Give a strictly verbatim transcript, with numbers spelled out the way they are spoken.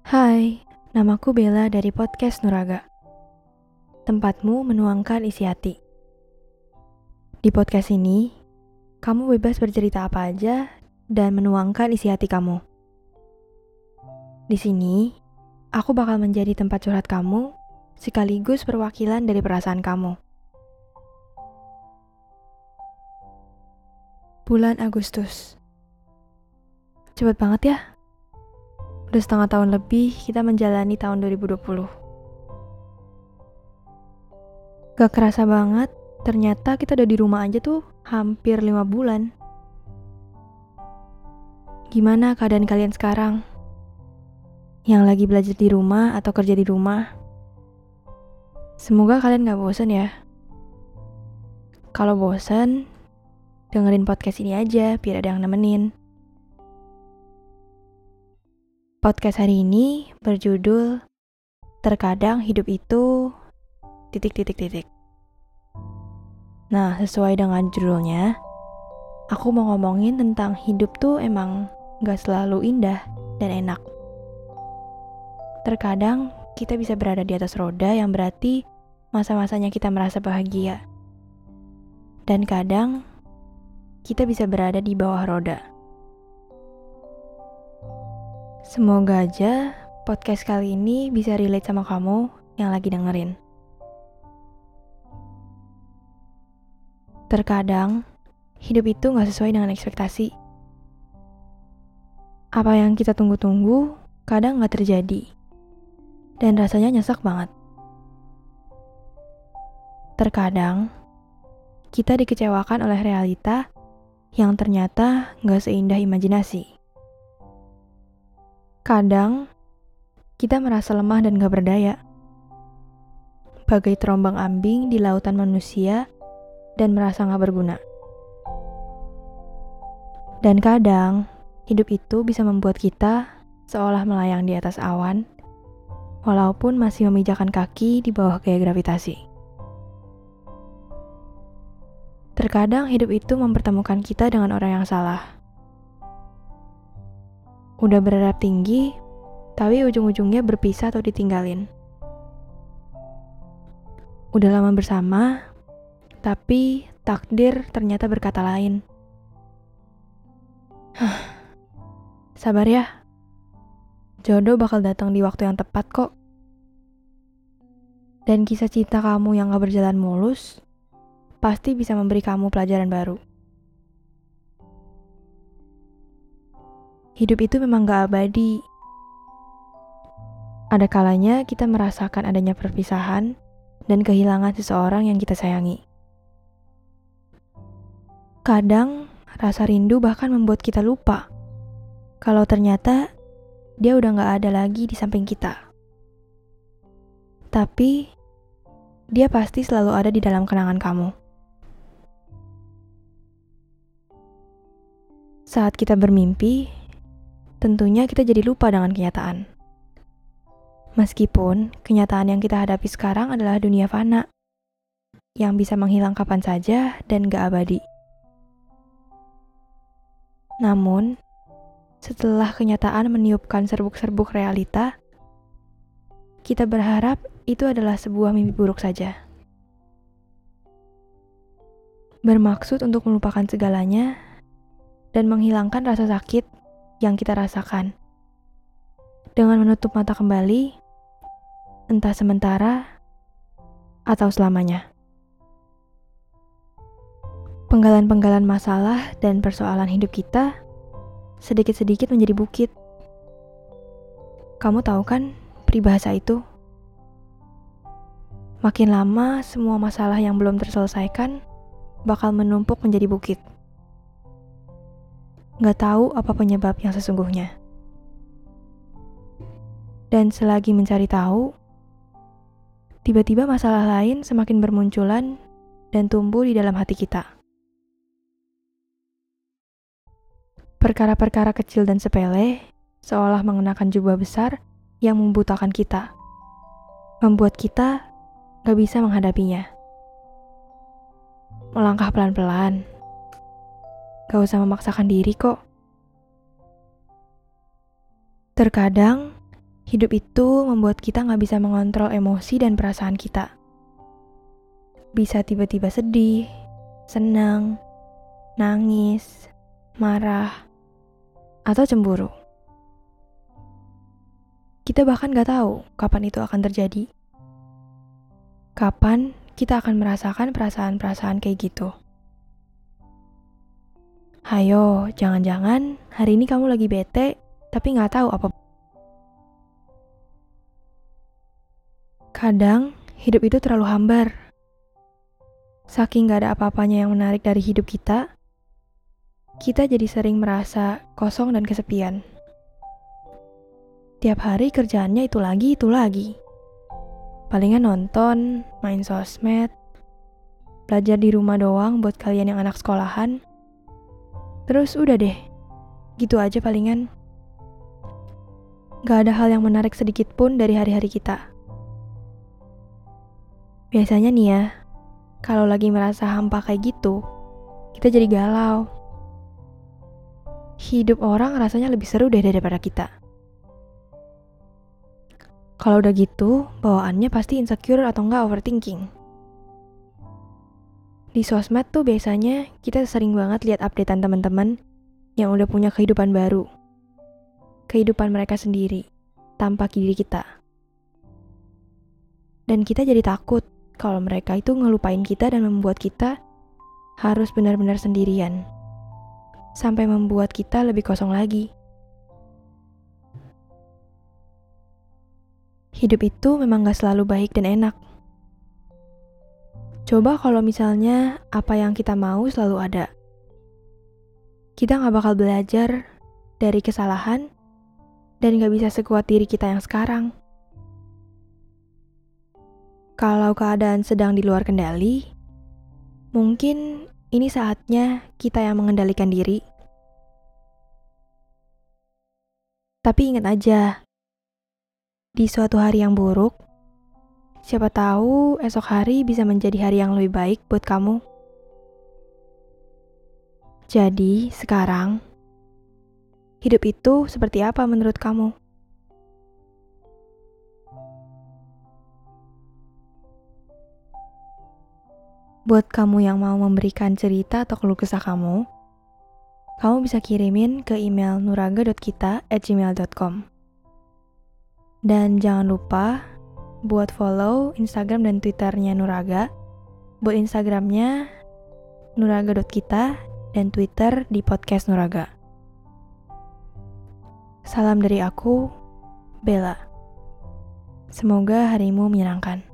Hai, namaku Bella dari podcast Nuraga. Tempatmu menuangkan isi hati. Di podcast ini, kamu bebas bercerita apa aja dan menuangkan isi hati kamu. Di sini, aku bakal menjadi tempat curhat kamu sekaligus perwakilan dari perasaan kamu. Bulan Agustus. Cepet banget ya. Udah setengah tahun lebih kita menjalani tahun dua ribu dua puluh. Gak kerasa banget, ternyata kita udah di rumah aja tuh hampir lima bulan. Gimana keadaan kalian sekarang? Yang lagi belajar di rumah atau kerja di rumah? Semoga kalian gak bosen ya. Kalau bosen, dengerin podcast ini aja biar ada yang nemenin. Podcast hari ini berjudul Terkadang Hidup Itu titik-titik-titik. Nah, sesuai dengan judulnya, aku mau ngomongin tentang hidup tuh emang gak selalu indah dan enak. Terkadang kita bisa berada di atas roda yang berarti masa-masanya kita merasa bahagia. Dan kadang kita bisa berada di bawah roda. Semoga aja podcast kali ini bisa relate sama kamu yang lagi dengerin. Terkadang, hidup itu gak sesuai dengan ekspektasi. Apa yang kita tunggu-tunggu, kadang gak terjadi. Dan rasanya nyesek banget. Terkadang, kita dikecewakan oleh realita yang ternyata gak seindah imajinasi. Kadang, kita merasa lemah dan gak berdaya. Bagai terombang ambing di lautan manusia dan merasa gak berguna. Dan kadang, hidup itu bisa membuat kita seolah melayang di atas awan, walaupun masih memijakan kaki di bawah gaya gravitasi. Terkadang hidup itu mempertemukan kita dengan orang yang salah. Udah berharap tinggi, tapi ujung-ujungnya berpisah atau ditinggalin. Udah lama bersama, tapi takdir ternyata berkata lain. Sabar ya, jodoh bakal datang di waktu yang tepat kok. Dan kisah cinta kamu yang gak berjalan mulus, pasti bisa memberi kamu pelajaran baru. Hidup itu memang gak abadi. Ada kalanya kita merasakan adanya perpisahan dan kehilangan seseorang yang kita sayangi. Kadang, rasa rindu bahkan membuat kita lupa kalau ternyata dia udah gak ada lagi di samping kita. Tapi, dia pasti selalu ada di dalam kenangan kamu. Saat kita bermimpi, tentunya kita jadi lupa dengan kenyataan. Meskipun kenyataan yang kita hadapi sekarang adalah dunia fana, yang bisa menghilang kapan saja dan gak abadi. Namun, setelah kenyataan meniupkan serbuk-serbuk realita, kita berharap itu adalah sebuah mimpi buruk saja. Bermaksud untuk melupakan segalanya dan menghilangkan rasa sakit yang kita rasakan. Dengan menutup mata kembali, entah sementara atau selamanya. Penggalan-penggalan masalah dan persoalan hidup kita sedikit-sedikit menjadi bukit. Kamu tahu kan peribahasa itu? Makin lama semua masalah yang belum terselesaikan bakal menumpuk menjadi bukit. Gak tahu apa penyebab yang sesungguhnya. Dan selagi mencari tahu, tiba-tiba masalah lain semakin bermunculan dan tumbuh di dalam hati kita. Perkara-perkara kecil dan sepele seolah mengenakan jubah besar yang membutakan kita, membuat kita gak bisa menghadapinya. Melangkah pelan-pelan, gak usah memaksakan diri kok. Terkadang, Hidup itu membuat kita nggak bisa mengontrol emosi dan perasaan kita. Bisa tiba-tiba sedih, senang, nangis, marah, atau cemburu. Kita bahkan nggak tahu kapan itu akan terjadi. Kapan kita akan merasakan perasaan-perasaan kayak gitu. Hayo, jangan-jangan hari ini kamu lagi bete, tapi nggak tahu apa. Kadang, hidup itu terlalu hambar. Saking gak ada apa-apanya yang menarik dari hidup kita, kita jadi sering merasa kosong dan kesepian. Tiap hari kerjaannya itu lagi, itu lagi. Palingan nonton, main sosmed, belajar di rumah doang buat kalian yang anak sekolahan. Terus udah deh, gitu aja palingan. Gak ada hal yang menarik sedikit pun dari hari-hari kita. Biasanya nih ya, kalau lagi merasa hampa kayak gitu, kita jadi galau. Hidup orang rasanya lebih seru deh daripada kita. Kalau udah gitu, bawaannya pasti insecure atau enggak overthinking. Di sosmed tuh biasanya kita sering banget lihat updatean teman-teman yang udah punya kehidupan baru. Kehidupan mereka sendiri, tanpa diri kita. Dan kita jadi takut kalau mereka itu ngelupain kita dan membuat kita harus benar-benar sendirian. Sampai membuat kita lebih kosong lagi. Hidup itu memang gak selalu baik dan enak. Coba kalau misalnya apa yang kita mau selalu ada. Kita gak bakal belajar dari kesalahan dan gak bisa sekuat diri kita yang sekarang. Kalau keadaan sedang di luar kendali, mungkin ini saatnya kita yang mengendalikan diri. Tapi ingat aja, di suatu hari yang buruk, siapa tahu esok hari bisa menjadi hari yang lebih baik buat kamu. Jadi, sekarang, hidup itu seperti apa menurut kamu? Buat kamu yang mau memberikan cerita atau keluh kesah kamu, kamu bisa kirimin ke email nuraga dot kita at gmail dot com. Dan jangan lupa buat follow Instagram dan Twitternya Nuraga. Buat Instagramnya nuraga dot kita dan Twitter di podcast Nuraga. Salam dari aku, Bella. Semoga harimu menyenangkan.